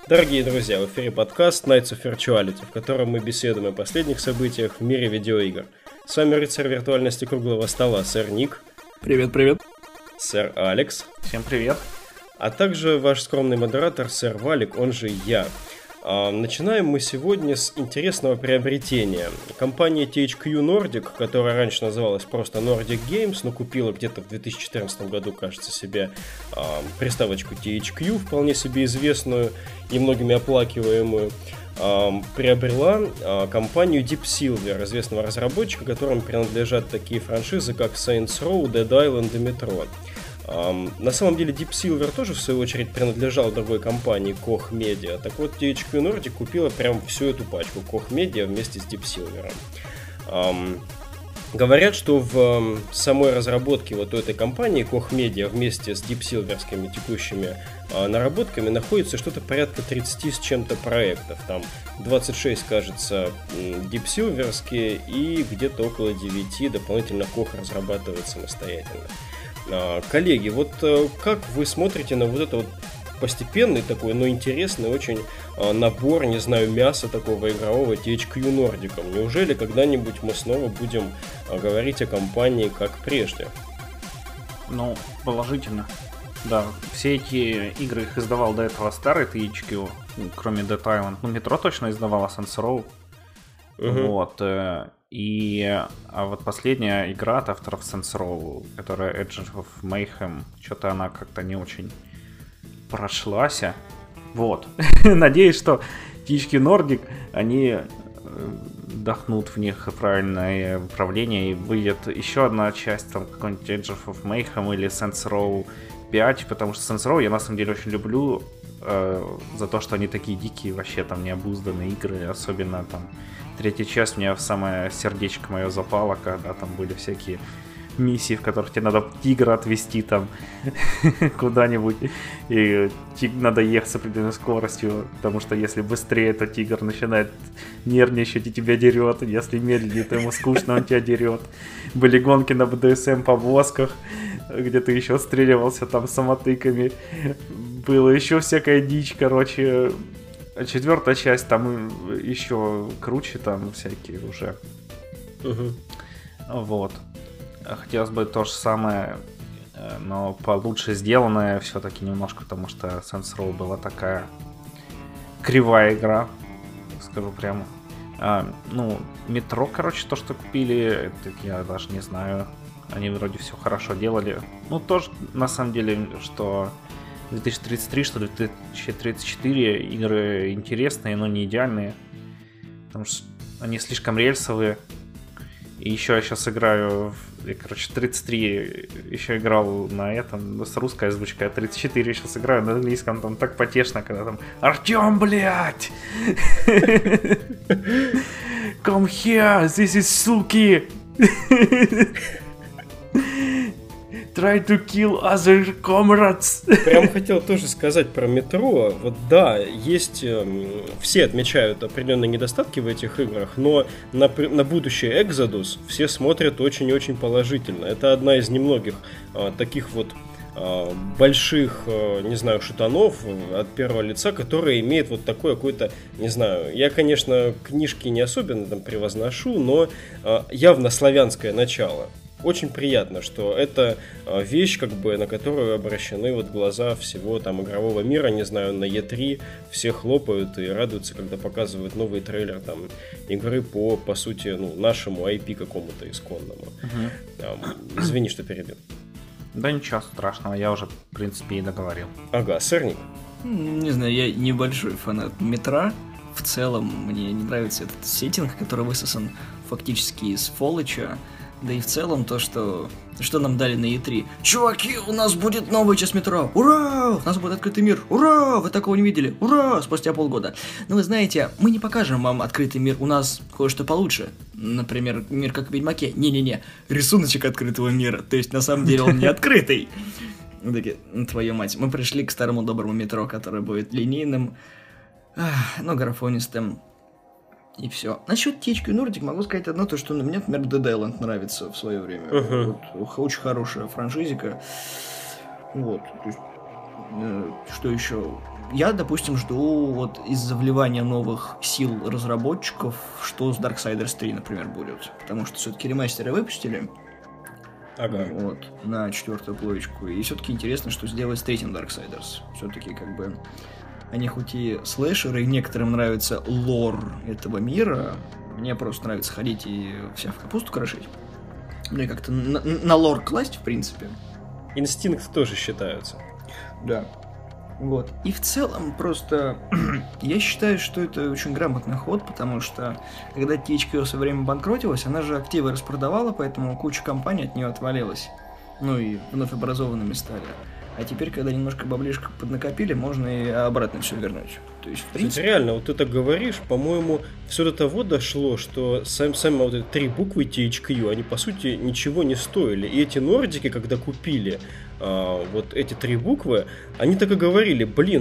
Дорогие друзья, в эфире подкаст Nights of Virtuality, в котором мы беседуем о последних событиях в мире видеоигр. С вами рыцарь виртуальности круглого стола, сэр Ник. Привет. Сэр Алекс. Всем привет. А также ваш скромный модератор, сэр Валик, он же я. Начинаем мы сегодня с интересного приобретения. Компания THQ Nordic, которая раньше называлась просто Nordic Games, но купила где-то в 2014 году, кажется, себе приставочку THQ, вполне себе известную и многими оплакиваемую, приобрела компанию Deep Silver, известного разработчика, которым принадлежат такие франшизы, как Saints Row, Dead Island и Metro. На самом деле Deep Silver тоже в свою очередь принадлежал другой компании Koch Media. Так вот, THQ Nordic купила прям всю эту пачку Koch Media вместе с Deep Silver. Говорят, что в самой разработке вот у этой компании Koch Media вместе с Deep Silver'скими текущими наработками находится что-то порядка 30 с чем-то проектов. Там 26, кажется, Deep Silver'ские и где-то около 9 дополнительно Koch разрабатывает самостоятельно. Коллеги, вот как вы смотрите на вот это вот постепенный такой, но интересный очень набор, не знаю, мяса такого игрового THQ Nordic? Неужели когда-нибудь мы снова будем говорить о компании как прежде? Ну, положительно. Да, все эти игры их издавал до этого старый THQ, кроме Dead Island. Ну, Metro точно издавала, Saints Row. Вот. А вот последняя игра от авторов Saints Row, которая Edge of Mayhem, что-то она как-то не очень прошлась. Вот. Надеюсь, что THQ Nordic, они вдохнут в них правильное управление и выйдет еще одна часть, там какой-нибудь Edge of Mayhem или Saints Row 5, потому что Saints Row я на самом деле очень люблю за то, что они такие дикие, вообще там необузданные игры, особенно там третья часть мне в самое сердечко мое запало, когда там были всякие миссии, в которых тебе надо тигра отвезти там куда-нибудь, и надо ехать с определенной скоростью, потому что если быстрее, то тигр начинает нервничать и тебя дерет, если медленнее, то ему скучно, он тебя дерет. Были гонки на BDSM повозках, где ты еще отстреливался там самотыками, было еще всякая дичь, короче. Четвертая часть там еще круче, там всякие уже. Вот. Хотелось бы то же самое, но получше сделанное все-таки немножко, потому что Saints Row была такая кривая игра, скажу прямо. Метро, короче, то, что купили, это я даже не знаю. Они вроде все хорошо делали. Ну, тоже, на самом деле, что 2033, что 2034 игры интересные, но не идеальные. Потому что они слишком рельсовые. И еще я сейчас играю, 33 еще играл на этом, с русской озвучкой, а 34 сейчас играю на английском, там так потешно, когда там Артем, блядь! Come here, this is суки! Try to kill other comrades. Прям хотел тоже сказать про Метро. Вот да, есть... Все отмечают определенные недостатки в этих играх, но на будущее Exodus все смотрят очень-очень положительно. Это одна из немногих таких вот больших, не знаю, шутанов от первого лица, которая имеет вот такое какое-то, не знаю, я, конечно, книжки не особенно там превозношу, но явно славянское начало. Очень приятно, что это вещь, как бы, на которую обращены вот глаза всего там игрового мира, не знаю, на E3 все хлопают и радуются, когда показывают новый трейлер там игры по сути, нашему IP какому-то исконному. Извини, что перебил. Да ничего страшного, я уже, в принципе, и договорил. Ага, сырник. Не знаю, я небольшой фанат метро. В целом, мне не нравится этот сеттинг, который высосан фактически из Фоллача. Да и в целом то, что нам дали на E3. Чуваки, у нас будет новая часть метро. Ура! У нас будет открытый мир. Ура! Вы такого не видели. Ура! Спустя полгода. Но вы знаете, мы не покажем вам открытый мир. У нас кое-что получше. Например, мир как в Ведьмаке. Не-не-не. Рисуночек открытого мира. То есть, на самом деле, он не открытый. Такие, твою мать. Мы пришли к старому доброму метро, которое будет линейным, но графонистым. И все. Насчет THQ Nordic могу сказать одно, то что мне, например, Dead Island нравится в свое время. Вот, очень хорошая франшизика. Вот. То есть, Что еще? Я, допустим, жду вот из-за вливания новых сил разработчиков, что с Darksiders 3, например, будет. Потому что все-таки ремастеры выпустили. Ага. Вот, на 4-ю плоечку. И все-таки интересно, что сделать с третьим Darksiders. Все-таки как бы они хоть и слэшеры, некоторым нравится лор этого мира. Мне просто нравится ходить и вся в капусту крошить. Ну и как-то на лор класть, в принципе. Инстинкты тоже считаются. Да. Вот. И в целом просто я считаю, что это очень грамотный ход, потому что когда THQ в свое время банкротилась, она же активы распродавала, поэтому куча компаний от нее отвалилась. Ну и вновь образованными стали. А теперь, когда немножко баблишка поднакопили, можно и обратно все вернуть. То есть, в принципе... Кстати, реально, вот ты так говоришь, по-моему, все до того дошло, что сами вот эти 3 буквы THQ, они, по сути, ничего не стоили. И эти нордики, когда купили вот эти 3 буквы, они так и говорили,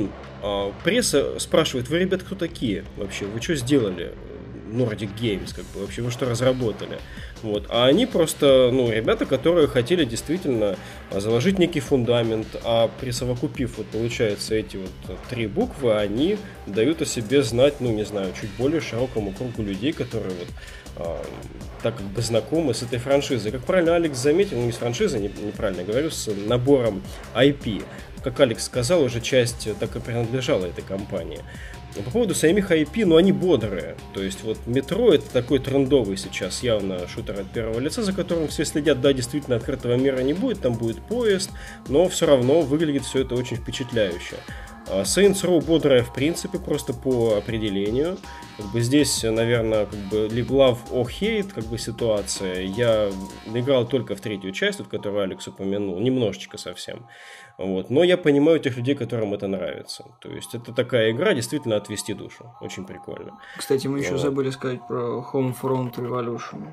пресса спрашивает, вы, ребята, кто такие вообще? Вы что сделали? Nordic Games, как бы, вообще вы что разработали? Вот. А они просто, ребята, которые хотели действительно заложить некий фундамент, а присовокупив, вот, получается, эти вот 3 буквы, они дают о себе знать, чуть более широкому кругу людей, которые вот так как бы знакомы с этой франшизой. Как правильно Алекс заметил, не с франшизой, неправильно говорю, с набором IP. Как Алекс сказал, уже часть так и принадлежала этой компании. По поводу самих IP, они бодрые. То есть вот Метро это такой трендовый сейчас явно шутер от первого лица, за которым все следят. Да, действительно, открытого мира не будет, там будет поезд, но все равно выглядит все это очень впечатляюще. Saints Row бодрая в принципе, просто по определению. Как бы здесь, наверное, как бы love or hate как бы ситуация. Я играл только в 3-ю часть, вот, которую Алекс упомянул, немножечко совсем. Вот. Но я понимаю тех людей, которым это нравится. То есть это такая игра, действительно отвести душу. Очень прикольно. Кстати, мы еще забыли сказать про Homefront Revolution.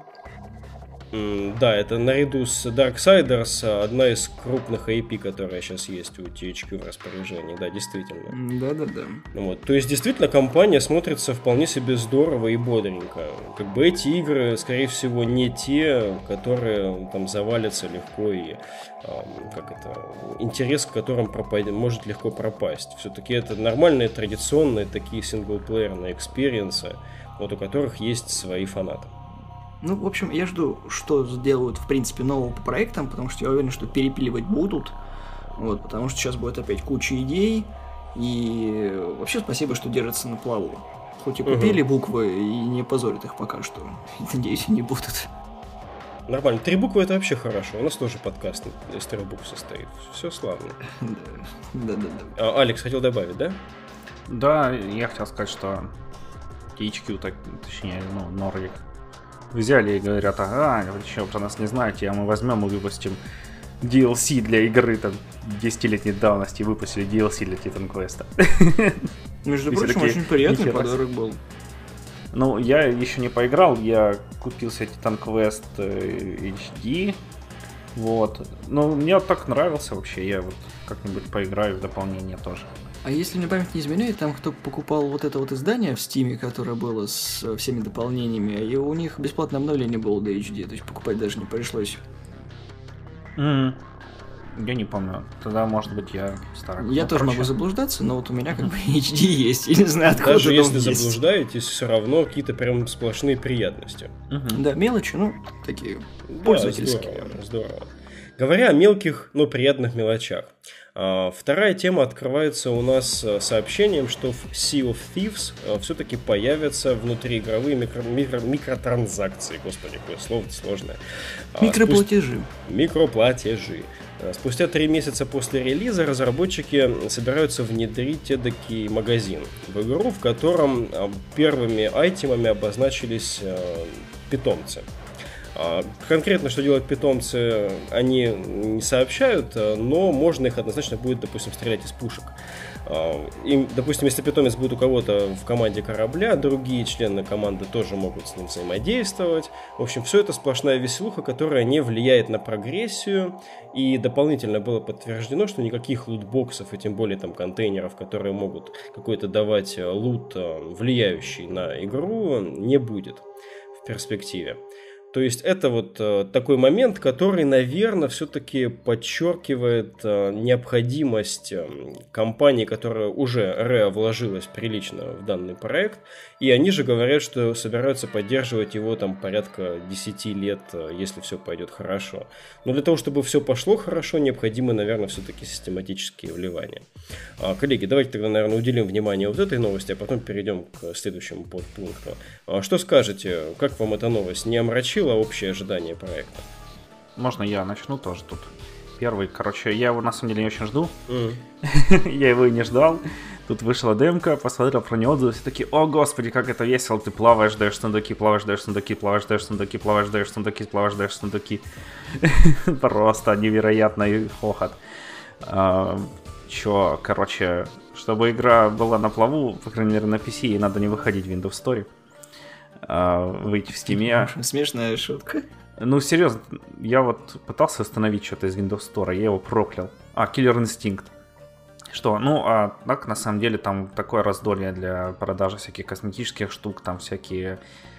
Да, это наряду с Darksiders одна из крупных IP, которая сейчас есть у THQ в распоряжении. Да, действительно. Да. Вот. То есть, действительно, компания смотрится вполне себе здорово и бодренько. Как бы эти игры, скорее всего, не те, которые там завалятся легко и интерес к которым может легко пропасть. Все-таки это нормальные, традиционные такие синглплеерные экспириенсы, вот у которых есть свои фанаты. В общем, я жду, что сделают, в принципе, нового по проектам, потому что я уверен, что перепиливать будут, вот, потому что сейчас будет опять куча идей, и вообще спасибо, что держатся на плаву. Хоть и купили буквы, и не позорят их пока что. Надеюсь, и не будут. Нормально. 3 буквы это вообще хорошо. У нас тоже подкаст из 3 букв состоит. Все славно. Да. Алекс хотел добавить, да? Да, я хотел сказать, что THQ, точнее, Nordic, взяли и говорят, вы что, про нас не знаете, а мы возьмем и выпустим DLC для игры там 10-летней давности, выпустили DLC для Titan Quest. Между прочим, очень приятный подарок был. Я еще не поиграл, я купил себе Titan Quest HD, вот. Мне так нравился вообще, я вот как-нибудь поиграю в дополнение тоже. А если мне память не изменяет, там кто покупал вот это вот издание в Steam, которое было с всеми дополнениями, и у них бесплатное обновление было до HD, то есть покупать даже не пришлось. Я не помню. Тогда, может быть, я старый. Я тоже могу заблуждаться, но вот у меня как бы HD есть, я не знаю, откуда. Даже если заблуждаетесь, все равно какие-то прям сплошные приятности. Да, мелочи, такие пользовательские. Здорово. Говоря о мелких, но приятных мелочах. Вторая тема открывается у нас сообщением, что в Sea of Thieves все-таки появятся внутриигровые микротранзакции. Господи, какое слово сложное. Микроплатежи. Микроплатежи. Спустя 3 месяца после релиза разработчики собираются внедрить эдакий магазин в игру, в котором первыми айтемами обозначились питомцы. Конкретно, что делают питомцы, они не сообщают, но можно их однозначно будет, допустим, стрелять из пушек. И, допустим, если питомец будет у кого-то в команде корабля, другие члены команды тоже могут с ним взаимодействовать. В общем, все это сплошная веселуха, которая не влияет на прогрессию. И дополнительно было подтверждено, что никаких лутбоксов и тем более там контейнеров, которые могут какой-то давать лут, влияющий на игру, не будет в перспективе. То есть это вот такой момент, который, наверное, все-таки подчеркивает необходимость компании, которая уже вложилась прилично в данный проект, и они же говорят, что собираются поддерживать его там порядка 10 лет, если все пойдет хорошо. Но для того, чтобы все пошло хорошо, необходимы, наверное, все-таки систематические вливания. Коллеги, давайте тогда, наверное, уделим внимание вот этой новости, а потом перейдем к следующему подпункту. Что скажете, как вам эта новость? Не омрачила общее ожидание проекта? Можно я начну тоже тут? Первый, короче, я его на самом деле не очень жду. Я его и не ждал. Тут вышла демка, посмотрел про нее отзывы, все такие: о господи, как это весело, ты плаваешь, даешь сундуки, плаваешь, даешь сундуки, плаваешь, даешь сундуки, плаваешь, даешь сундуки, плаваешь, даешь сундуки. Просто невероятный хохот. Чё, короче, чтобы игра была на плаву, по крайней мере на PC, ей надо не выходить в Windows Store, выйти в Steam. Смешная шутка. Ну, серьезно, я вот пытался установить что-то из Windows Store, я его проклял. Killer Instinct. Что? Ну, а так, на самом деле, там такое раздолье для продажи всяких косметических штук, там всякие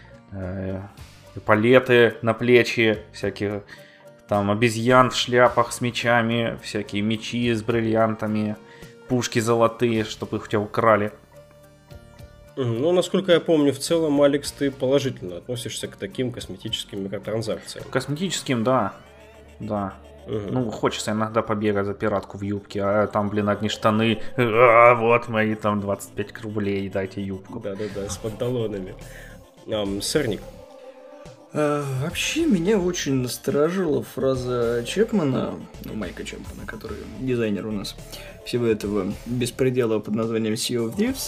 палеты на плечи, всякие там обезьян в шляпах с мечами, всякие мечи с бриллиантами, пушки золотые, чтобы их у тебя украли. Ну, насколько я помню, в целом, Алекс, ты положительно относишься к таким косметическим микротранзакциям. Косметическим, да. Да. Ну, хочется иногда побегать за пиратку в юбке, а там, блин, одни штаны. Вот мои там 25 рублей, дайте юбку. Да-да-да, с панталонами. Сырник. Вообще, меня очень насторожила фраза Чепмана, Майка Чепмана, который дизайнер у нас всего этого беспредела под названием Sea of Thieves.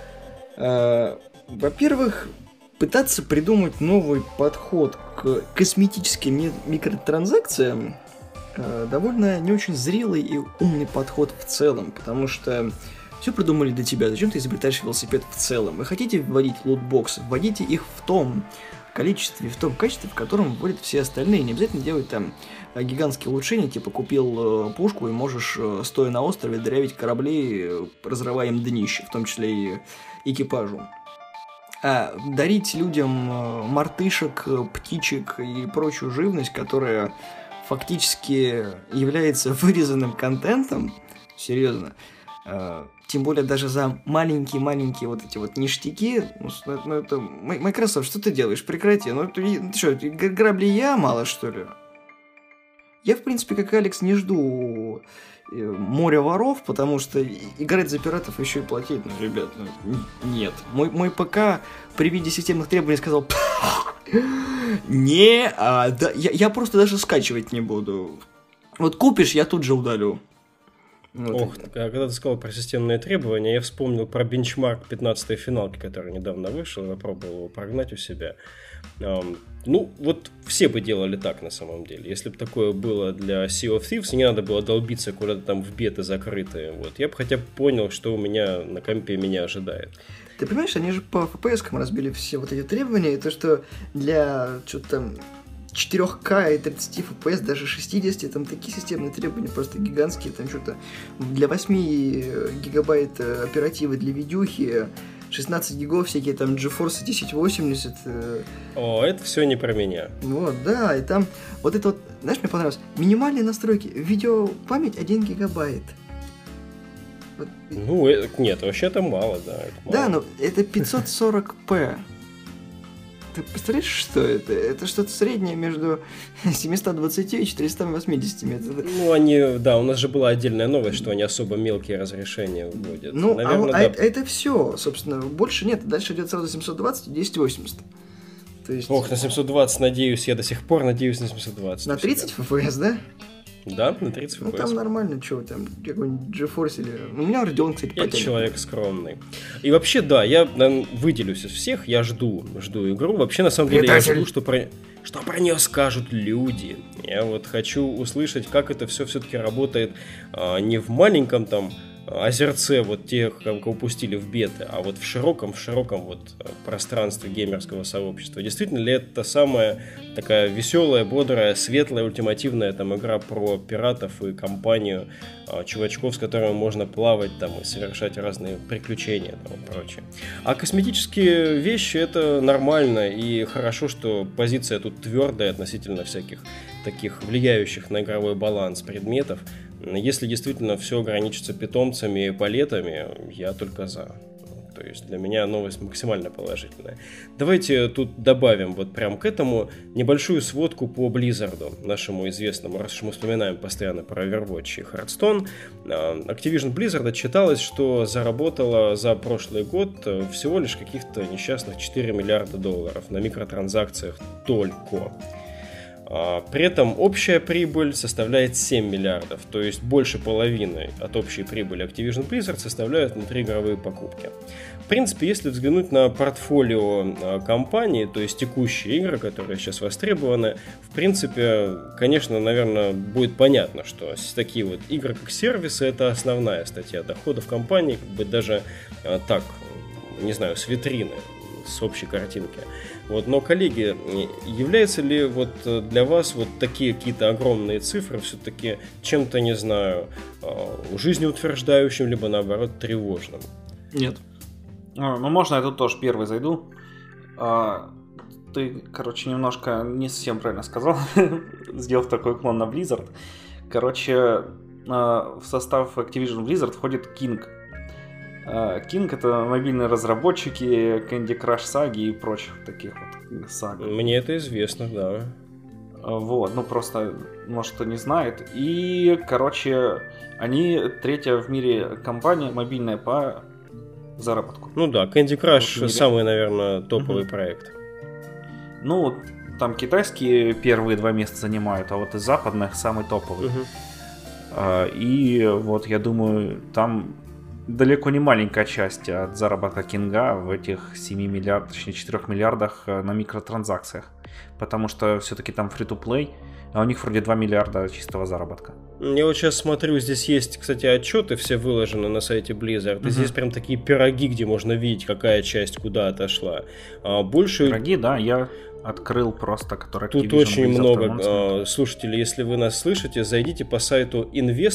Во-первых, пытаться придумать новый подход к косметическим микротранзакциям довольно не очень зрелый и умный подход в целом, потому что все придумали для тебя. Зачем ты изобретаешь велосипед в целом? Вы хотите вводить лутбоксы, вводите их в том количестве, в том качестве, в котором вводят все остальные. Не обязательно делать там гигантские улучшения, типа купил пушку и можешь, стоя на острове, дырявить корабли, разрывая им днище, в том числе и экипажу. А дарить людям мартышек, птичек и прочую живность, которая фактически является вырезанным контентом, серьезно, тем более даже за маленькие-маленькие вот эти вот ништяки, ну это... Microsoft, что ты делаешь? Прекрати, ну ты что, грабли я мало, что ли? Я, в принципе, как Алекс, не жду моря воров, потому что играть за пиратов еще и платить, ну, ребят, ну, нет. Мой ПК при виде системных требований сказал: не, да, я просто даже скачивать не буду. Вот купишь, я тут же удалю. Вот. Ох, когда ты сказал про системные требования, я вспомнил про бенчмарк 15-й финалки, который недавно вышел, я пробовал его прогнать у себя. Ну, вот все бы делали так на самом деле. Если бы такое было для Sea of Thieves, и не надо было долбиться куда-то там в беты закрытые, вот, я бы хотя бы понял, что у меня на компе меня ожидает. Ты понимаешь, они же по FPS-кам разбили все вот эти требования, и то, что для что-то там 4К и 30 FPS, даже 60, там такие системные требования просто гигантские, там что-то для 8 гигабайт оперативы для видюхи, 16 гигов всякие там GeForce 1080. О, это все не про меня. Вот, да, и там вот это вот, знаешь, мне понравилось, минимальные настройки, видеопамять 1 гигабайт. Вот. Ну, нет, вообще-то мало, да. Да, но это 540p. Ты представляешь, что это? Это что-то среднее между 720 и 480 метров. Ну, они, да, у нас же была отдельная новость, что они особо мелкие разрешения вводят. Ну, наверное, да. Это все, собственно, больше нет. Дальше идет сразу 720 и 1080. То есть... Ох, на 720 надеюсь, я до сих пор надеюсь на 720. На 30 FPS, да? Да, на 30 FPS. Ну, там нормально, что там, какой-нибудь GeForce или... У меня Radeon, кстати, потянет. Я человек скромный. И вообще, да, я выделюсь из всех, я жду игру. Вообще, на самом деле, я жду, что про нее скажут люди. Я вот хочу услышать, как это все все-таки работает не в маленьком там озерце вот тех, кого пустили в беты, а вот в широком вот пространстве геймерского сообщества. Действительно ли это та самая такая веселая, бодрая, светлая, ультимативная там игра про пиратов и компанию чувачков, с которыми можно плавать там и совершать разные приключения там, и прочее. А косметические вещи — это нормально и хорошо, что позиция тут твердая относительно всяких таких влияющих на игровой баланс предметов. Если действительно все ограничится питомцами и палетами, я только за. То есть для меня новость максимально положительная. Давайте тут добавим вот прям к этому небольшую сводку по Blizzard, нашему известному, раз уж мы вспоминаем постоянно про Overwatch и Hearthstone. Activision Blizzard отчиталась, что заработала за прошлый год всего лишь каких-то несчастных $4 миллиарда на микротранзакциях только. При этом общая прибыль составляет 7 миллиардов, то есть больше половины от общей прибыли Activision Blizzard составляют внутриигровые покупки. В принципе, если взглянуть на портфолио компании, то есть текущие игры, которые сейчас востребованы, в принципе, конечно, наверное, будет понятно, что такие вот игры как сервисы — это основная статья доходов компании, как бы даже так, не знаю, с витрины, с общей картинки. Вот, но, коллеги, являются ли вот для вас вот такие какие-то огромные цифры все-таки чем-то, не знаю, жизнеутверждающим, либо наоборот тревожным? Нет. Ну, можно я тут тоже первый зайду? Ты, короче, немножко не совсем правильно сказал, сделав такой клон на Blizzard. Короче, в состав Activision Blizzard входит King. King — это мобильные разработчики Candy Crush саги и прочих таких вот саг. Мне это известно, да. Вот, ну просто, может, кто не знает. И, короче, они третья в мире компания мобильная по заработку. Ну да, Candy Crush самый, наверное, топовый проект. Ну, там китайские первые 2 места занимают, а вот из западных самый топовый. И вот, я думаю, там далеко не маленькая часть от заработка Кинга в этих 7 миллиардах, точнее 4 миллиардах на микротранзакциях. Потому что все-таки там free-to-play, а у них вроде 2 миллиарда чистого заработка. Я вот сейчас смотрю, здесь есть, кстати, отчеты, все выложены на сайте Blizzard. И здесь прям такие пироги, где можно видеть, какая часть куда отошла. Больше... Пироги, да, я открыл просто, который тут очень много слушателей. Если вы нас слышите, зайдите по сайту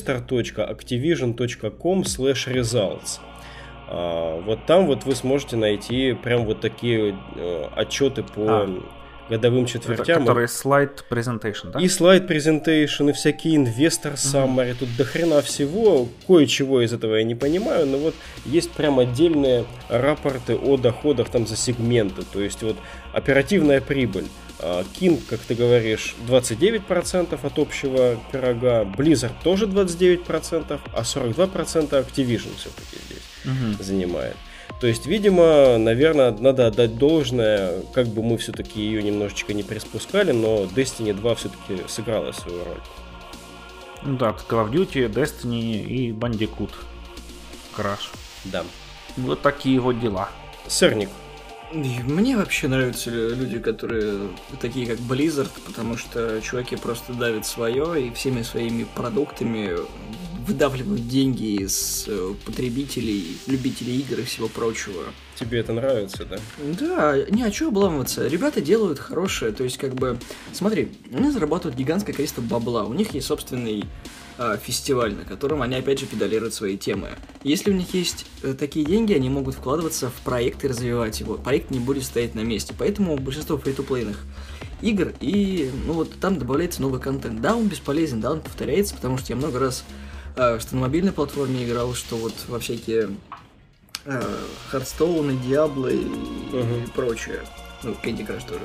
investor.activision.com/results. Вот там вот вы сможете найти прям вот такие отчеты по годовым четвертям. Которые слайд презентейшн, да? И слайд презентейшн, и всякие инвестор саммари. Тут до хрена всего. Кое-чего из этого я не понимаю, но вот есть прям отдельные рапорты о доходах там за сегменты. То есть вот оперативная прибыль. King, как ты говоришь, 29% от общего пирога. Blizzard тоже 29%, а 42% Activision все-таки здесь занимает. То есть, видимо, наверное, надо отдать должное, как бы мы все-таки ее немножечко не приспускали, но Destiny 2 все-таки сыграла свою роль. Ну да, Call of Duty, Destiny и Bandicoot Crash. Да. Вот такие вот дела. Сырник. Мне вообще нравятся люди, которые такие как Blizzard, потому что чуваки просто давят свое и всеми своими продуктами выдавливают деньги из потребителей, любителей игр и всего прочего. Тебе это нравится, да? Да, не, а чего обламываться? Ребята делают хорошее, то есть как бы, смотри, они зарабатывают гигантское количество бабла, у них есть собственный фестиваль, на котором они опять же педалируют свои темы. Если у них есть такие деньги, они могут вкладываться в проект и развивать его. Проект не будет стоять на месте, поэтому большинство фри-то-плейных игр, и ну вот там добавляется новый контент. Да, он бесполезен, да, он повторяется, потому что я много раз что на мобильной платформе играл, что вот во всякие Hearthstone, Diablo и прочее. Ну, Candy Crush тоже.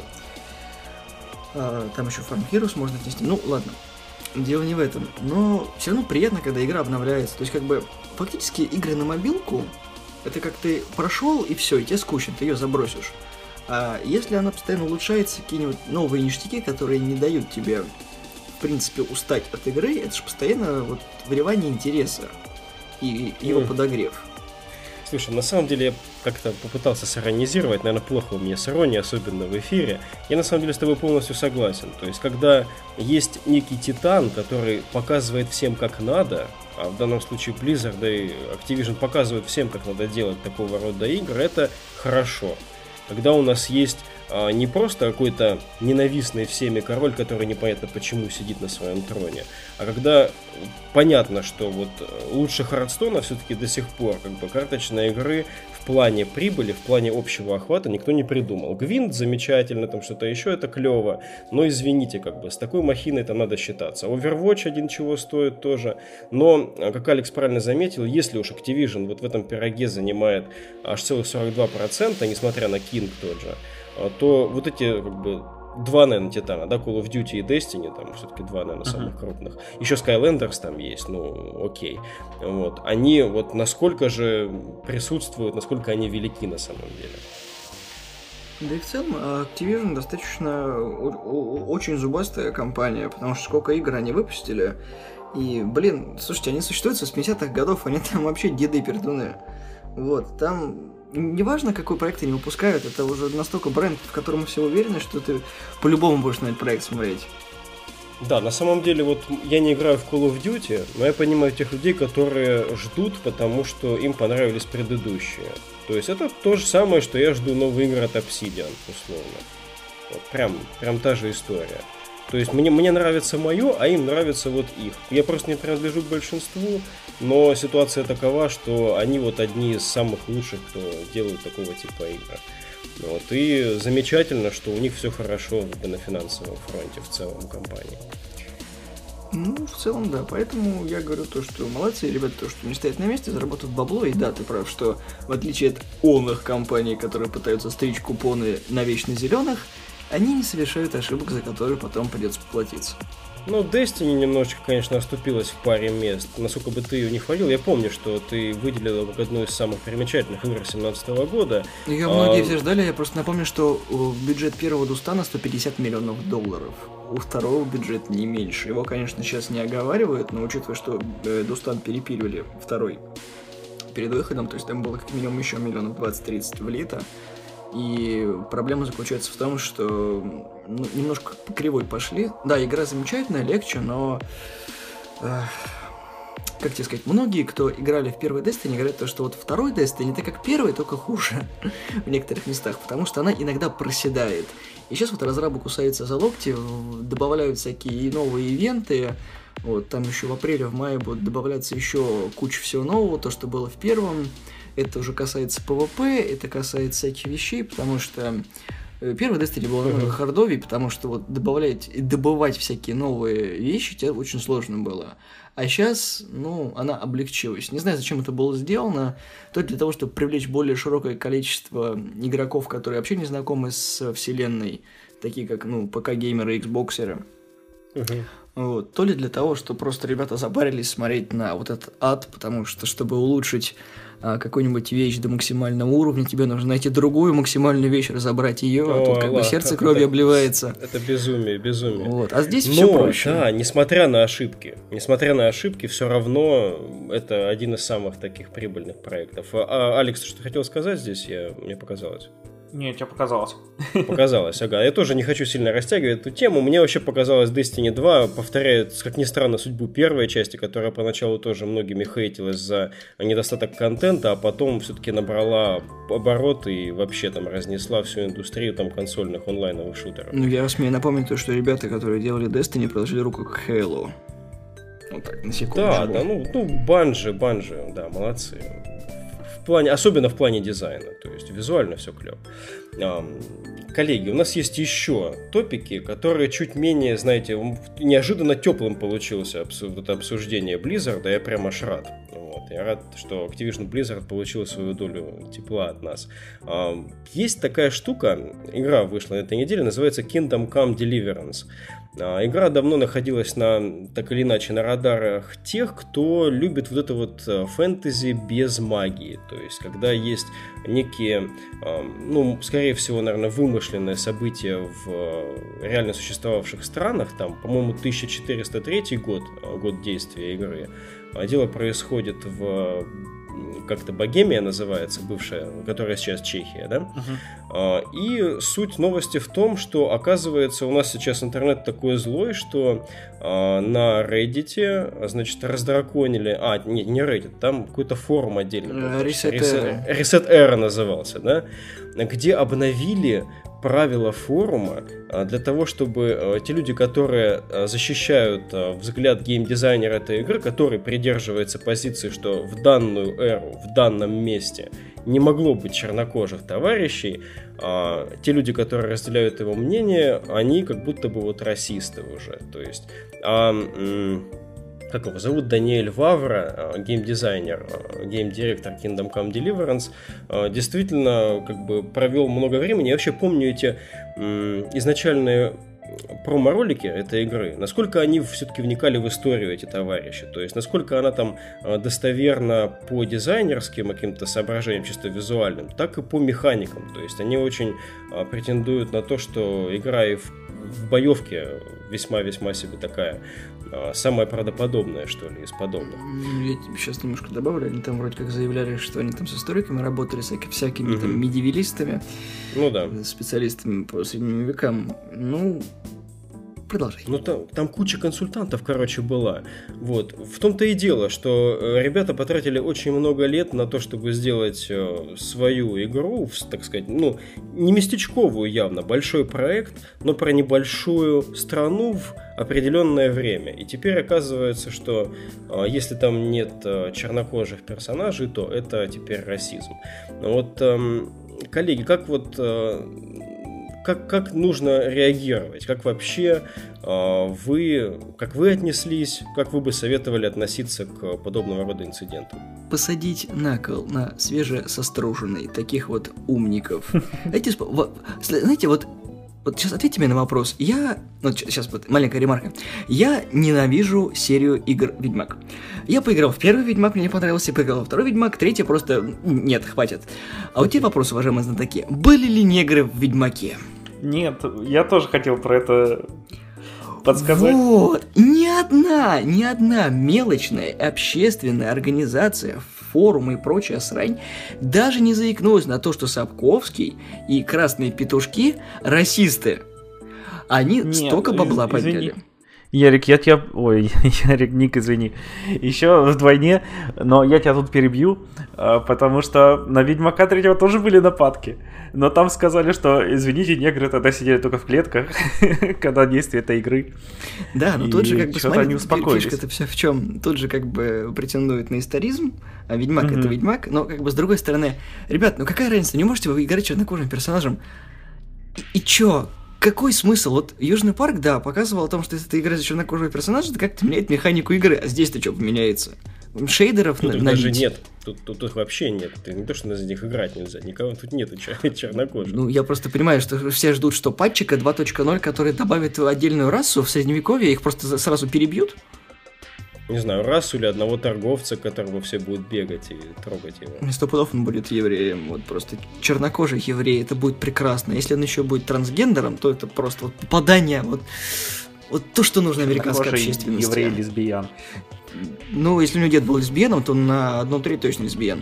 Там еще Farm Heroes можно отнести. Ну, ладно. Дело не в этом. Но все равно приятно, когда игра обновляется. То есть, как бы, фактически игры на мобилку, это как ты прошел и все, и тебе скучно, ты ее забросишь. А если она постоянно улучшается, какие-нибудь новые ништяки, которые не дают тебе, в принципе, устать от игры, это же постоянно вот вливание интереса и его подогрев. Слушай, на самом деле я как-то попытался сиронизировать, наверное, плохо у меня с иронией, особенно в эфире. Я на самом деле с тобой полностью согласен. То есть, когда есть некий титан, который показывает всем как надо, а в данном случае Blizzard и Activision показывают всем, как надо делать такого рода игры, это хорошо. Когда у нас есть не просто какой-то ненавистный всеми король, который непонятно почему сидит на своем троне, а когда понятно, что вот лучше Хардстона все-таки до сих пор как бы карточной игры в плане прибыли, в плане общего охвата никто не придумал. Гвинт замечательно, там что-то еще, это клево, но извините, как бы с такой махиной там надо считаться. Overwatch один чего стоит тоже, но, как Алекс правильно заметил, если уж Activision вот в этом пироге занимает аж целых 42%, несмотря на King тот же, то вот эти как бы два, наверное, титана, да, Call of Duty и Destiny, там все-таки два, наверное, самых крупных. Еще Skylanders там есть, ну, окей. Вот. Они вот насколько же присутствуют, насколько они велики на самом деле. Да и в целом Activision достаточно очень зубастая компания, потому что сколько игр они выпустили. И, блин, слушайте, они существуют с 80-х годов, они там вообще деды-пердуны. Вот, там... Неважно, какой проект они выпускают, это уже настолько бренд, в котором все уверены, что ты по-любому будешь на этот проект смотреть. Да, на самом деле, вот я не играю в Call of Duty, но я понимаю тех людей, которые ждут, потому что им понравились предыдущие. То есть это то же самое, что я жду новые игры от Obsidian, условно. Вот, прям та же история. То есть мне нравится мое, а им нравится вот их. Я просто не принадлежу к большинству, но ситуация такова, что они вот одни из самых лучших, кто делают такого типа игр. Вот. И замечательно, что у них все хорошо на финансовом фронте в целом у компании. Ну, в целом, да. Поэтому я говорю то, что молодцы ребята, то, что не стоят на месте, заработают бабло. И да, ты прав, что в отличие от онных компаний, которые пытаются стричь купоны на вечно зеленых, они не совершают ошибок, за которые потом придется поплатиться. Ну, Destiny немножечко, конечно, оступилась в паре мест. Насколько бы ты ее не хвалил, я помню, что ты выделила как одну из самых примечательных игр 2017 года. Ее многие все ждали, я просто напомню, что бюджет первого Дустана $150 миллионов. У второго бюджет не меньше. Его, конечно, сейчас не оговаривают, но учитывая, что Дустан перепиливали второй перед выходом, то есть там было как минимум еще 20-30 влито. И проблема заключается в том, что немножко по кривой пошли. Да, игра замечательная, легче, но... как тебе сказать, многие, кто играли в первый Destiny, говорят, что вот второй Destiny это как первый, только хуже в некоторых местах, потому что она иногда проседает. И сейчас вот разрабы кусаются за локти, добавляют всякие новые ивенты. Вот, там еще в апреле, в мае будут добавляться еще куча всего нового, то, что было в первом. Это уже касается PvP, это касается всяких вещей, потому что первый Destiny был намного хардовей, потому что вот добывать всякие новые вещи тебе очень сложно было. А сейчас, она облегчилась. Не знаю, зачем это было сделано. То ли для того, чтобы привлечь более широкое количество игроков, которые вообще не знакомы с вселенной, такие как, ПК-геймеры и Xboxеры. Вот. То ли для того, что просто ребята запарились смотреть на вот этот ад, потому что, чтобы улучшить какую-нибудь вещь до максимального уровня, тебе нужно найти другую максимальную вещь, разобрать ее, а тут как бы сердце кровью обливается. Это безумие. Вот. А здесь все проще. Да, несмотря на ошибки, все равно это один из самых таких прибыльных проектов. Алекс, что ты хотел сказать здесь? Мне показалось. Нет, тебе показалось. Показалось, ага. Я тоже не хочу сильно растягивать эту тему. Мне вообще показалось, Destiny 2 повторяет, как ни странно, судьбу первой части, которая поначалу тоже многими хейтилась за недостаток контента, а потом все-таки набрала обороты и вообще там разнесла всю индустрию там консольных онлайновых шутеров. Я смею напомнить то, что ребята, которые делали Destiny, приложили руку к Halo. Вот так, на секунду. Да, Банжи, да, молодцы. Особенно в плане дизайна, то есть визуально все клево. Коллеги, у нас есть еще топики, которые чуть менее, знаете, неожиданно теплым получилось это обсуждение Blizzard, я прям аж рад. Вот. Я рад, что Activision Blizzard получила свою долю тепла от нас. Есть такая штука, игра вышла на этой неделе, называется Kingdom Come Deliverance. Игра давно находилась так или иначе на радарах тех, кто любит вот это вот фэнтези без магии. То есть, когда есть некие, скорее всего, наверное, вымышленные события в реально существовавших странах. Там, по-моему, 1403 год действия игры. Дело происходит в как-то Богемия называется, бывшая, которая сейчас Чехия, да? И суть новости в том, что, оказывается, у нас сейчас интернет такой злой, что на Reddit, значит, раздраконили... не Reddit, там какой-то форум отдельный. Reset Era назывался, да? Где обновили правила форума для того, чтобы те люди, которые защищают взгляд геймдизайнера этой игры, который придерживается позиции, что в данную эру, в данном месте не могло быть чернокожих товарищей, те люди, которые разделяют его мнение, они как будто бы вот расисты уже. То есть... как его зовут, Даниэль Вавра, геймдизайнер, геймдиректор Kingdom Come Deliverance, действительно как бы провел много времени. Я вообще помню эти изначальные промо-ролики этой игры, насколько они все-таки вникали в историю, эти товарищи, то есть насколько она там достоверна по дизайнерским каким-то соображениям, чисто визуальным, так и по механикам, то есть они очень претендуют на то, что игра и в боевке весьма-весьма себе такая самая правдоподобная, что ли, из подобных. Я сейчас немножко добавлю, они там вроде как заявляли, что они там с историками работали, всякими там медиевалистами, ну да, специалистами по средним векам. Ну, продолжай. Ну, там куча консультантов, короче, была. Вот. В том-то и дело, что ребята потратили очень много лет на то, чтобы сделать свою игру, так сказать, ну, не местечковую явно, большой проект, но про небольшую страну в определенное время. И теперь оказывается, что если там нет чернокожих персонажей, то это теперь расизм. Вот, коллеги, как вот... Как нужно реагировать? Как вообще вы отнеслись? Как вы бы советовали относиться к подобного рода инцидентам? Посадить на кол на свежесоструженный таких вот умников. Знаете, вот сейчас ответьте мне на вопрос. Сейчас вот маленькая ремарка. Я ненавижу серию игр Ведьмак. Я поиграл в первый Ведьмак, мне не понравился, я поиграл во второй Ведьмак, третий просто... Нет, хватит. А вот те вопросы, уважаемые знатоки. Были ли негры в Ведьмаке? Нет, я тоже хотел про это подсказать. Вот, ни одна мелочная общественная организация, форум и прочая срань даже не заикнулась на то, что Сапковский и красные петушки расисты. Они столько бабла подняли. Ярик, Ярик, Ник, извини. Еще вдвойне, но я тебя тут перебью, потому что на Ведьмака 3 тоже были нападки. Но там сказали, что, извините, негры тогда сидели только в клетках, когда действие этой игры. Да, но тут же как бы, смотри, фишка-то вся в чем? Тут же как бы претендует на историзм, а Ведьмак это Ведьмак, но как бы с другой стороны, ребят, ну какая разница, не можете вы играть чернокожим персонажем? И чё? Какой смысл? Вот Южный парк, да, показывал о том, что если ты играешь за чернокожего персонажа, это как-то меняет механику игры, а здесь-то что поменяется? Шейдеров тут даже нет, тут их вообще нет. Ты не то, что за них играть нельзя, никого тут нету чернокожих. Ну, я просто понимаю, что все ждут, что патчика 2.0, который добавит отдельную расу в Средневековье, их просто сразу перебьют. Не знаю, расу или одного торговца, которому все будут бегать и трогать его. 100% он будет евреем, вот просто чернокожий еврей, это будет прекрасно. Если он еще будет трансгендером, то это просто вот попадание, вот то, что нужно американской общественности. Еврей-лесбиян. Ну, если у него дед был лесбияном, то на 1/3 точно лесбиян.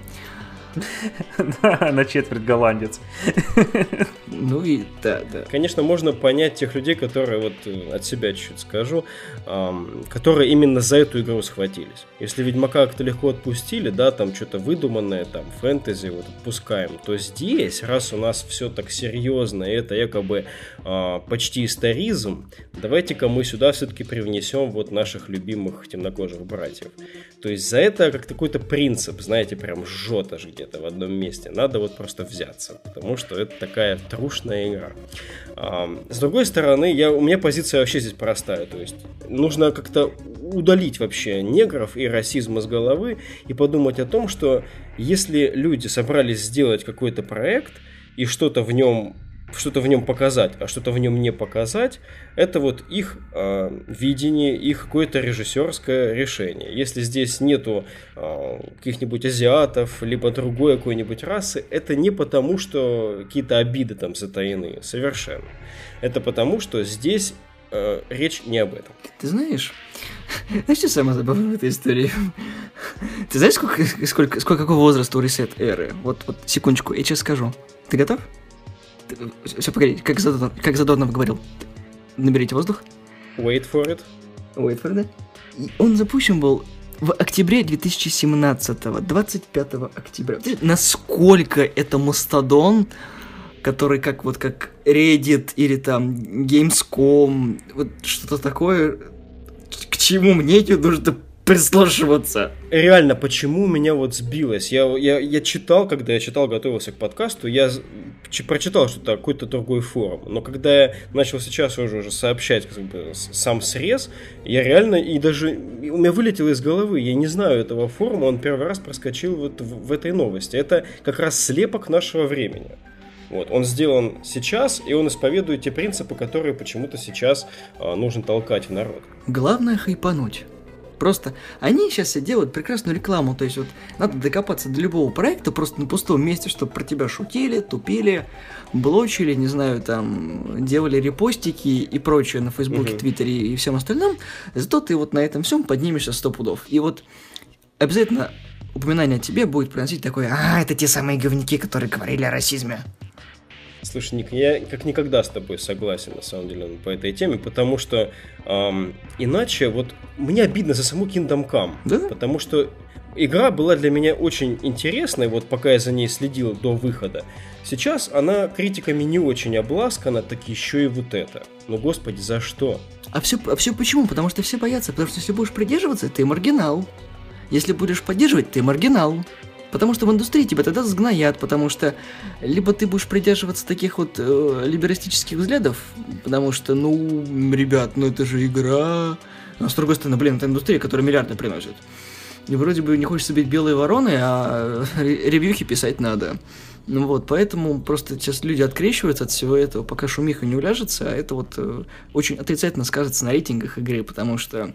На четверть голландец. Ну и да. Конечно, можно понять тех людей, которые, вот от себя чуть-чуть скажу, которые именно за эту игру схватились. Если Ведьмака как-то легко отпустили, да, там что-то выдуманное, там фэнтези вот отпускаем, то здесь, раз у нас все так серьезно, и это якобы почти историзм, давайте-ка мы сюда все-таки привнесем вот наших любимых темнокожих братьев. То есть за это как какой-то принцип, знаете, прям жжет аж где-то в одном месте. Надо вот просто взяться, потому что это такая трушная игра. С другой стороны, у меня позиция вообще здесь простая. То есть нужно как-то удалить вообще негров и расизм из головы и подумать о том, что если люди собрались сделать какой-то проект и что-то в нем показать, а что-то в нем не показать, это вот их видение, их какое-то режиссерское решение. Если здесь нету каких-нибудь азиатов, либо другой какой-нибудь расы, это не потому, что какие-то обиды там затаены, совершенно. Это потому, что здесь речь не об этом. Ты знаешь, что самое забавное в этой истории? Ты знаешь, сколько какого возраста у Reset эры? Вот, секундочку, я сейчас скажу. Ты готов? Все, погоди, как Задорнов говорил. Наберите воздух. Wait for it. Wait for it. И он запущен был в октябре 2017-го, 25 октября. Насколько это мастодон, который как Reddit или там Gamescom, вот что-то такое, к чему мнению нужно прислушиваться. Реально, почему меня вот сбилось? Я читал, когда я готовился к подкасту, я прочитал, что это какой-то другой форум. Но когда я начал сейчас уже сообщать как бы, сам срез, я реально, и даже у меня вылетело из головы, я не знаю этого форума, он первый раз проскочил вот в этой новости. Это как раз слепок нашего времени. Вот, он сделан сейчас, и он исповедует те принципы, которые почему-то сейчас нужно толкать в народ. Главное хайпануть. Просто они сейчас все делают прекрасную рекламу, то есть вот надо докопаться до любого проекта просто на пустом месте, чтобы про тебя шутили, тупили, блочили, не знаю, там, делали репостики и прочее на Фейсбуке, Твиттере и всем остальном, зато ты вот на этом всем поднимешься 100 пудов. И вот обязательно упоминание о тебе будет приносить такое: это те самые говнюки, которые говорили о расизме. Слушай, Ник, я как никогда с тобой согласен, на самом деле, по этой теме, потому что иначе вот мне обидно за саму Kingdom Come, да? Потому что игра была для меня очень интересной, вот пока я за ней следил до выхода. Сейчас она критиками не очень обласкана, так еще и вот это. Ну, господи, за что? А все почему? Потому что все боятся, потому что если будешь придерживаться, ты маргинал. Если будешь поддерживать, ты маргинал. Потому что в индустрии тебя тогда сгноят, потому что либо ты будешь придерживаться таких вот либералистических взглядов, потому что, ребят, это же игра. Но с другой стороны, это индустрия, которая миллиарды приносит. И вроде бы не хочется быть белой вороной, а ревьюхи писать надо. Поэтому просто сейчас люди открещиваются от всего этого, пока шумиха не уляжется, а это вот очень отрицательно скажется на рейтингах игры, потому что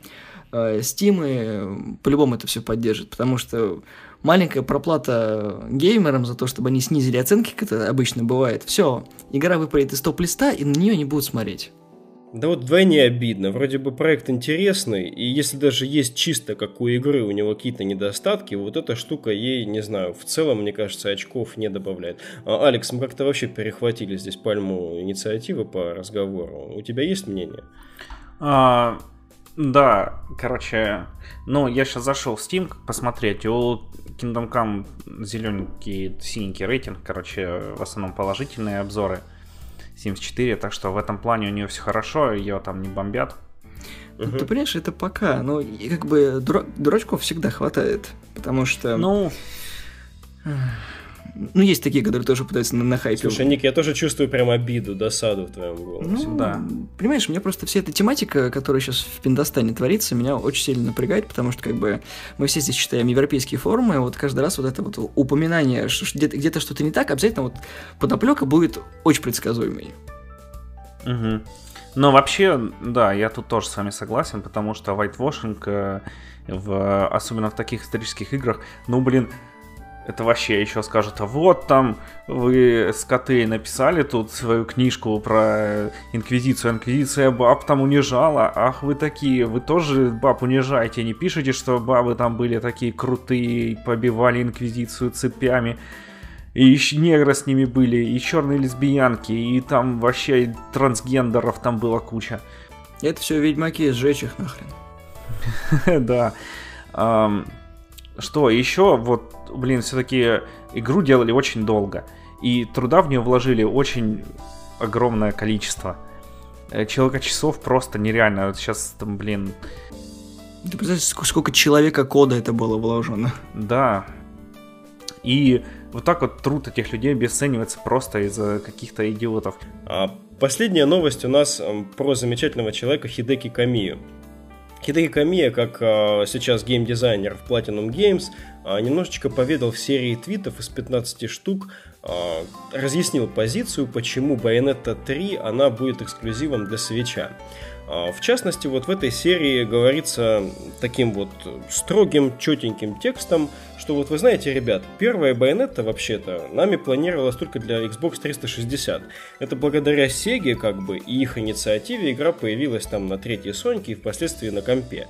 Steam по-любому это все поддержит, потому что маленькая проплата геймерам за то, чтобы они снизили оценки, как это обычно бывает. Все, игра выпадет из топ-листа, и на нее не будут смотреть. Да вот вдвойне обидно. Вроде бы проект интересный, и если даже есть чисто как у игры у него какие-то недостатки, вот эта штука ей, не знаю, в целом, мне кажется, очков не добавляет. Алекс, мы как-то вообще перехватили здесь пальму инициативы по разговору. У тебя есть мнение? Да, короче, я сейчас зашел в Steam посмотреть, у Kingdom Come зелененький, синенький рейтинг, в основном положительные обзоры, 74, так что в этом плане у нее все хорошо, ее там не бомбят. Ты понимаешь, это пока, дурачков всегда хватает, потому что... есть такие, которые тоже пытаются на хайпе. Слушай, Ник, я тоже чувствую прям обиду, досаду в твоем голосе. Да. Понимаешь, мне просто вся эта тематика, которая сейчас в Пиндостане творится, меня очень сильно напрягает, потому что мы все здесь читаем европейские форумы, и вот каждый раз вот это вот упоминание, что где-то что-то не так, обязательно вот подоплека будет очень предсказуемой. Угу. Но вообще, да, я тут тоже с вами согласен, потому что whitewashing, особенно в таких исторических играх, это вообще еще скажут: вот там вы, скоты, написали тут свою книжку про инквизицию. Инквизиция баб там унижала. Ах, вы такие, вы тоже баб унижаете. Не пишите, что бабы там были такие крутые, побивали инквизицию цепями. И еще негры с ними были, и черные лесбиянки, и там вообще трансгендеров там была куча. Это все ведьмаки, сжечь их нахрен. Да. Что еще, все-таки игру делали очень долго, и труда в нее вложили очень огромное количество. Человека-часов просто нереально. Сейчас там, Ты представляешь, сколько человека кода это было вложено? Да. И вот так вот труд этих людей обесценивается просто из-за каких-то идиотов. Последняя новость у нас про замечательного человека Хидеки Камию. Хидеки Камия, как сейчас геймдизайнер в Platinum Games, немножечко поведал в серии твитов из 15 штук, разъяснил позицию, почему Bayonetta 3 она будет эксклюзивом для Switch'а. В частности, вот в этой серии говорится таким вот строгим, четеньким текстом, что вот вы знаете, ребят, первая Bayonetta вообще-то нами планировалась только для Xbox 360. Это благодаря Sega, как бы, и их инициативе игра появилась там на третьей Соньке и впоследствии на компе.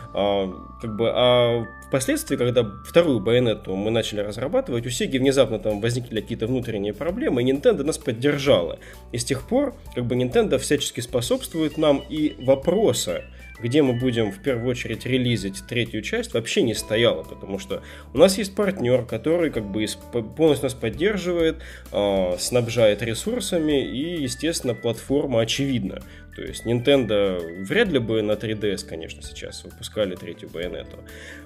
А впоследствии, когда вторую Байонетту мы начали разрабатывать, у Sega внезапно там возникли какие-то внутренние проблемы, и Nintendo нас поддержала. И с тех пор, как бы, Nintendo всячески способствует нам, и вопроса, где мы будем в первую очередь релизить третью часть, вообще не стояло, потому что у нас есть партнер, который как бы полностью нас поддерживает, снабжает ресурсами, и, естественно, платформа очевидна. То есть Nintendo вряд ли бы на 3DS, конечно, сейчас выпускали третью Байонетту.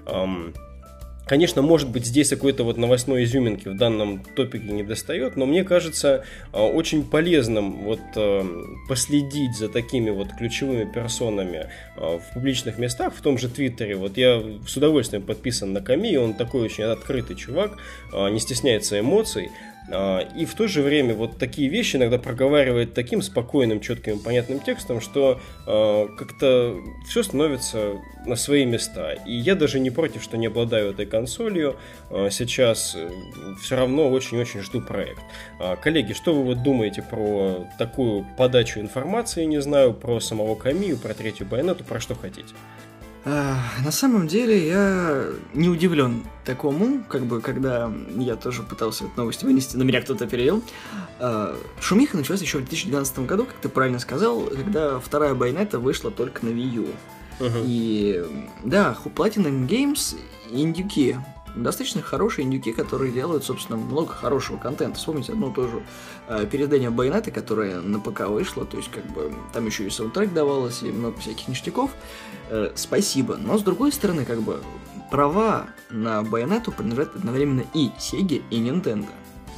Конечно, может быть, здесь какой-то вот новостной изюминки в данном топике не достает, но мне кажется очень полезным вот последить за такими вот ключевыми персонами в публичных местах, в том же Твиттере. Вот я с удовольствием подписан на Ками, он такой очень открытый чувак, не стесняется эмоций. И в то же время вот такие вещи иногда проговаривает таким спокойным, четким, понятным текстом, что как-то все становится на свои места. И я даже не против, что не обладаю этой консолью. Сейчас все равно очень-очень жду проект. Коллеги, что вы вот думаете про такую подачу информации, не знаю, про самого Камию, про третью Байонетту, про что хотите? На самом деле я не удивлен такому, как бы, когда я тоже пытался эту новость вынести, но меня кто-то перевел. Шумиха началась еще в 2012 году, как ты правильно сказал, когда вторая Байонетта вышла только на Wii U. И да, Platinum Games индюки, достаточно хорошие индюки, которые делают, собственно, много хорошего контента. Вспомните одно тоже переиздание Байонетты, которое на ПК вышло, то есть, как бы, там еще и саундтрек давалось, и много всяких ништяков. Спасибо. Но, с другой стороны, как бы, права на Байонетту принадлежат одновременно и Sega, и Nintendo.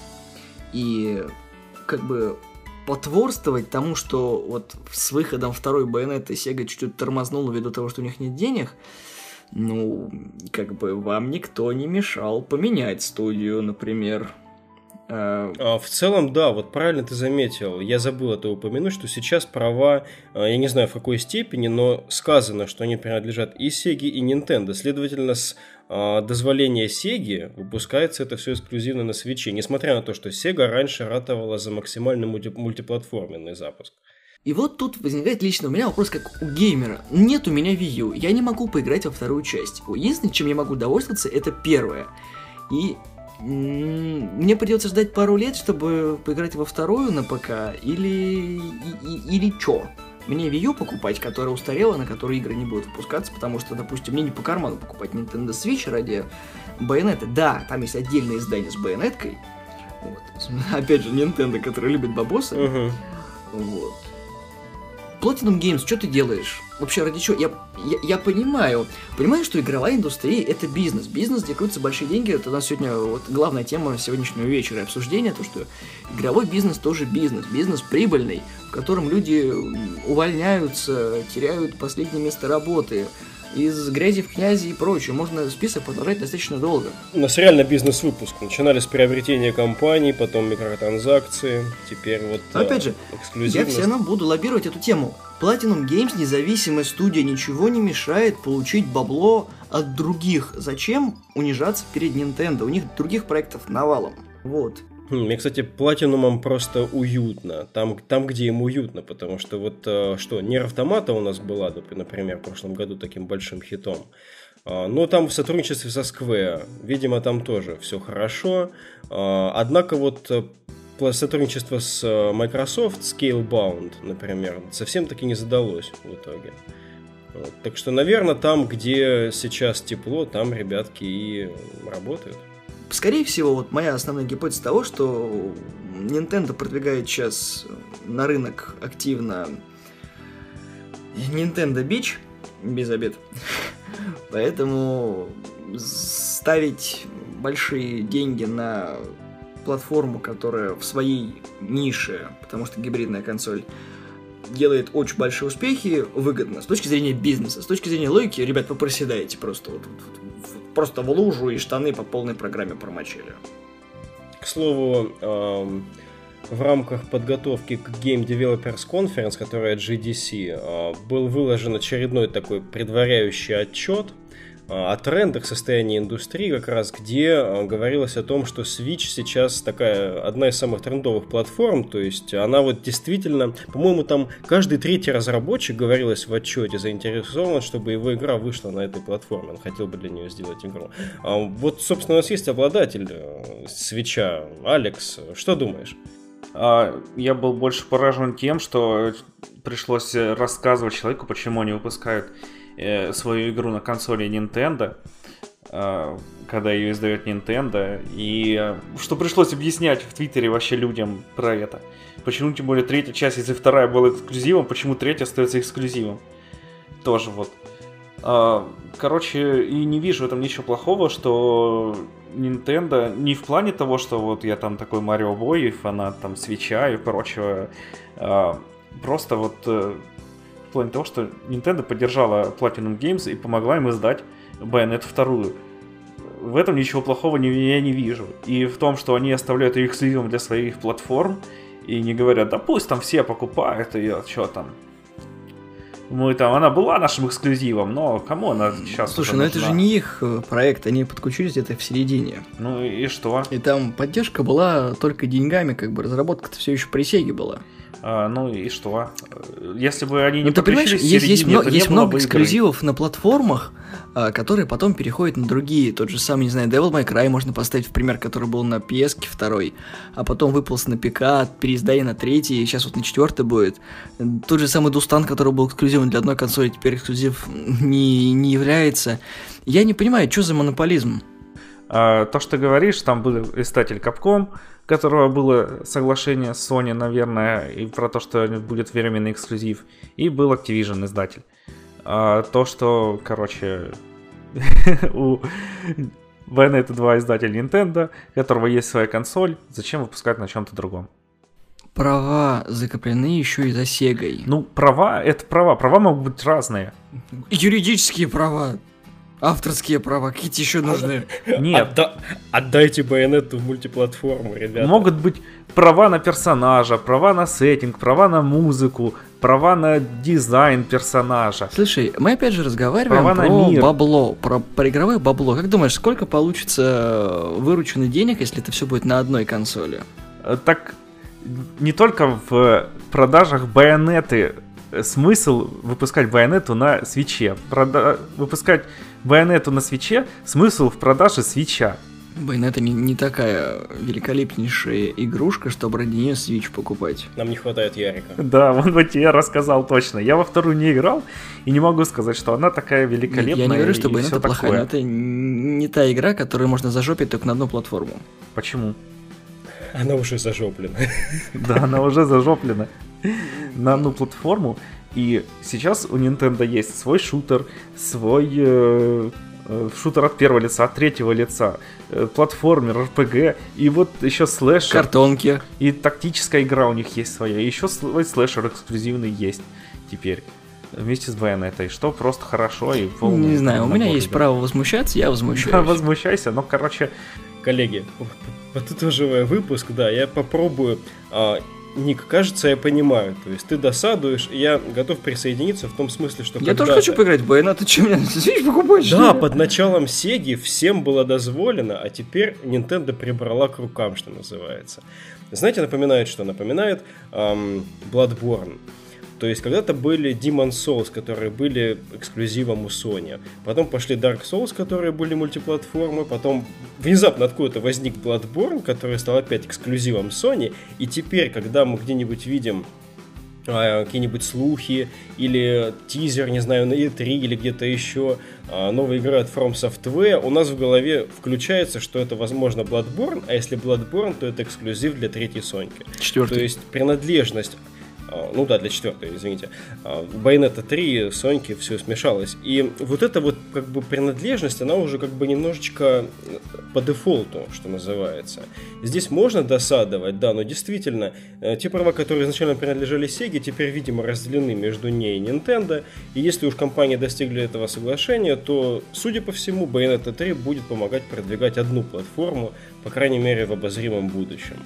И, как бы, потворствовать тому, что вот с выходом второй Байонетты Sega чуть-чуть тормознула ввиду того, что у них нет денег, ну, как бы, вам никто не мешал поменять студию, например. В целом, да, вот правильно ты заметил, я забыл это упомянуть, что сейчас права, я не знаю в какой степени, но сказано, что они принадлежат и Sega, и Nintendo. Следовательно, с дозволения Sega выпускается это все эксклюзивно на Switch, несмотря на то, что Sega раньше ратовала за максимальный мультиплатформенный запуск. И вот тут возникает лично у меня вопрос, как у геймера. Нет у меня Wii U, я не могу поиграть во вторую часть. Единственное, чем я могу довольствоваться, это первое. И мне придется ждать пару лет, чтобы поиграть во вторую на ПК, или чё? Мне Wii U покупать, которая устарела, на которой игры не будут выпускаться, потому что, допустим, мне не по карману покупать Nintendo Switch ради Байонетты. Да, там есть отдельное издание с Байонеткой. Вот. Опять же, Nintendo, который любит бабосы. Вот. Platinum Games, что ты делаешь? Вообще, ради чего? Я понимаю, что игровая индустрия — это бизнес. Бизнес, где крутятся большие деньги. Это у нас сегодня вот главная тема сегодняшнего вечера обсуждения, то, что игровой бизнес тоже бизнес. Бизнес прибыльный, в котором люди увольняются, теряют последнее место работы, из грязи в князи и прочее. Можно список продолжать достаточно долго. У нас реально бизнес-выпуск. Начинали с приобретения компаний, потом микротранзакции, теперь вот опять же, я все равно буду лоббировать эту тему. Platinum Games, независимая студия, ничего не мешает получить бабло от других. Зачем унижаться перед Nintendo? У них других проектов навалом. Вот. Мне, кстати, Платинумам просто уютно. Там, где им уютно, потому что вот что, Нир Автомата у нас была, например, в прошлом году таким большим хитом. Но там в сотрудничестве со Square, видимо, там тоже все хорошо. Однако вот сотрудничество с Microsoft, Scalebound, например, совсем-таки не задалось в итоге. Вот. Так что, наверное, там, где сейчас тепло, там ребятки и работают. Скорее всего, вот моя основная гипотеза того, что Nintendo продвигает сейчас на рынок активно Nintendo Beach, без обид. Поэтому ставить большие деньги на платформу, которая в своей нише, потому что гибридная консоль, делает очень большие успехи, выгодно. С точки зрения бизнеса, с точки зрения логики, ребят, вы проседаете просто просто в лужу и штаны по полной программе промочили. К слову, в рамках подготовки к Game Developers Conference, которая GDC, был выложен очередной такой предваряющий отчет о трендах, состоянии индустрии как раз, где говорилось о том, что Switch сейчас такая одна из самых трендовых платформ, то есть она вот действительно, по-моему, там каждый третий разработчик, говорилось в отчете, заинтересован, чтобы его игра вышла на этой платформе, он хотел бы для нее сделать игру. Вот, собственно, у нас есть обладатель Switch'а, Алекс, что думаешь? Я был больше поражен тем, что пришлось рассказывать человеку, почему они выпускают свою игру на консоли Nintendo, когда ее издает Nintendo, и что пришлось объяснять в Твиттере вообще людям про это. Почему, тем более, третья часть, если вторая была эксклюзивом, почему третья остается эксклюзивом? Тоже вот. Короче, и не вижу в этом ничего плохого, что Nintendo не в плане того, что вот я там такой Марио Бой, фанат там Свитча и прочего, просто вот в плане того, что Nintendo поддержала Platinum Games и помогла им издать Bayonetta 2. В этом ничего плохого я не вижу. И в том, что они оставляют ее эксклюзивом для своих платформ и не говорят, да пусть там все покупают ее, что там. Мы там, она была нашим эксклюзивом, но кому она сейчас? Слушай, ну это же не их проект, они подключились где-то в середине. Ну и что? И там поддержка была только деньгами, как бы разработка-то все еще при Сеге была. Ну и что? Если бы они не подключились в середине, есть много бы эксклюзивов на платформах, которые потом переходят на другие. Тот же самый, не знаю, Devil May Cry можно поставить в пример, который был на PS-ке 2, а потом выполз на ПК, переиздали на 3, и сейчас вот на 4 будет. Тот же самый Дустан, который был эксклюзивом для одной консоли, теперь эксклюзив не является. Я не понимаю, что за монополизм? То, что ты говоришь, там был издатель Capcom, у которого было соглашение с Sony, наверное, и про то, что будет временный эксклюзив, и был Activision издатель. То, что, короче, у Bayonetta 2 издатель Nintendo, у которого есть своя консоль, зачем выпускать на чем-то другом? Права закреплены еще и за Сегой. Ну, права — это права. Права могут быть разные. Юридические права. Авторские права, какие-то еще нужны. Нет. Отдайте Bayonetta в мультиплатформу, ребята. Могут быть права на персонажа, права на сеттинг, права на музыку, права на дизайн персонажа. Слушай, мы опять же разговариваем про бабло, про игровое бабло. Как думаешь, сколько получится выручено денег, если это все будет на одной консоли? Так не только в продажах Байонеты смысл выпускать Байонетту на Свитче. Выпускать Байонетту на Свитче смысл в продаже Свитча. Байонетта не такая великолепнейшая игрушка, чтобы ради нее Switch покупать. Нам не хватает Ярика. Да, он бы тебе рассказал точно. Я во вторую не играл и не могу сказать, что она такая великолепная. Нет, я не говорю, что Байонетта плохая, такое. Но это не та игра, которую можно зажопить только на одну платформу. Почему? Она уже зажоплена. Да, она уже зажоплена на одну платформу. И сейчас у Nintendo есть свой шутер, свой шутер от первого лица, от третьего лица, платформер, RPG, и вот еще слэшер. Картонки. И тактическая игра у них есть своя. И еще свой слэшер эксклюзивный есть теперь. Вместе с Байонеттой, что просто хорошо и полный. Не знаю, у меня есть право возмущаться, я возмущаюсь. Да, возмущайся, но, короче... Коллеги, подытоживая выпуск, да, я попробую... Ник, кажется, я понимаю. То есть ты досадуешь, и я готов присоединиться в том смысле, что я тоже хочу поиграть в Байонетту, ты что, меня Switch покупаешь? Да, под началом Сеги всем было дозволено, а теперь Nintendo прибрала к рукам, что называется. Знаете, напоминает что? Напоминает Bloodborne. То есть когда-то были Demon's Souls, которые были эксклюзивом у Sony. Потом пошли Dark Souls, которые были мультиплатформы. Потом внезапно откуда-то возник Bloodborne, который стал опять эксклюзивом Sony. И теперь, когда мы где-нибудь видим какие-нибудь слухи или тизер, не знаю, на E3 или где-то еще новой игры от From Software, у нас в голове включается, что это, возможно, Bloodborne, а если Bloodborne, то это эксклюзив для третьей Соньки. Четвертый. То есть принадлежность... Ну да, для четвертой, извините. Bayonetta 3, Соньки, все смешалось. И вот эта вот как бы принадлежность, она уже как бы немножечко по дефолту, что называется. Здесь можно досадовать, да, но действительно, те права, которые изначально принадлежали Сеге, теперь, видимо, разделены между ней и Nintendo. И если уж компании достигли этого соглашения, то, судя по всему, Bayonetta 3 будет помогать продвигать одну платформу, по крайней мере, в обозримом будущем.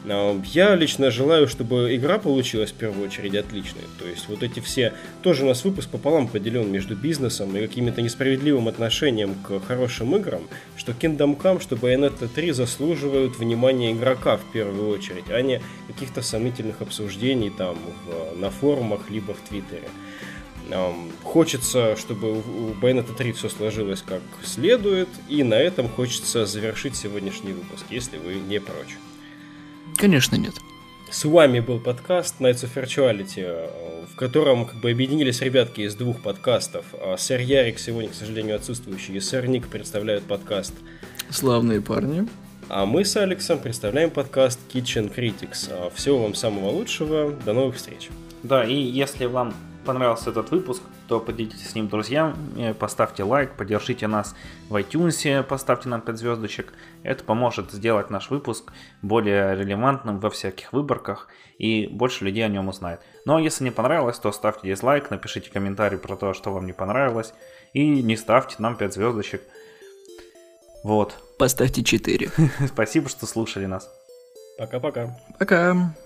Я лично желаю, чтобы игра получилась в первую очередь отличной. То есть вот эти все... Тоже у нас выпуск пополам поделен между бизнесом и каким-то несправедливым отношением к хорошим играм, что Kingdom Come, что Bayonetta 3 заслуживают внимания игрока в первую очередь, а не каких-то сомнительных обсуждений там на форумах либо в Твиттере. Хочется, чтобы у Bayonetta 3 все сложилось как следует, и на этом хочется завершить сегодняшний выпуск, если вы не прочь. Конечно, нет. С вами был подкаст Nights of Virtuality, в котором объединились ребятки из двух подкастов. Сэр Ярик сегодня, к сожалению, отсутствующий, и сэр Ник представляют подкаст «Славные парни». А мы с Алексом представляем подкаст Kitchen Critics. Всего вам самого лучшего, до новых встреч. Да, и если вам понравился этот выпуск, то поделитесь с ним друзьям, поставьте лайк, поддержите нас в iTunes, поставьте нам 5 звездочек. Это поможет сделать наш выпуск более релевантным во всяких выборках, и больше людей о нем узнает. Но если не понравилось, то ставьте дизлайк, напишите комментарий про то, что вам не понравилось, и не ставьте нам 5 звездочек. Вот. Поставьте 4. Спасибо, что слушали нас. Пока-пока. Пока.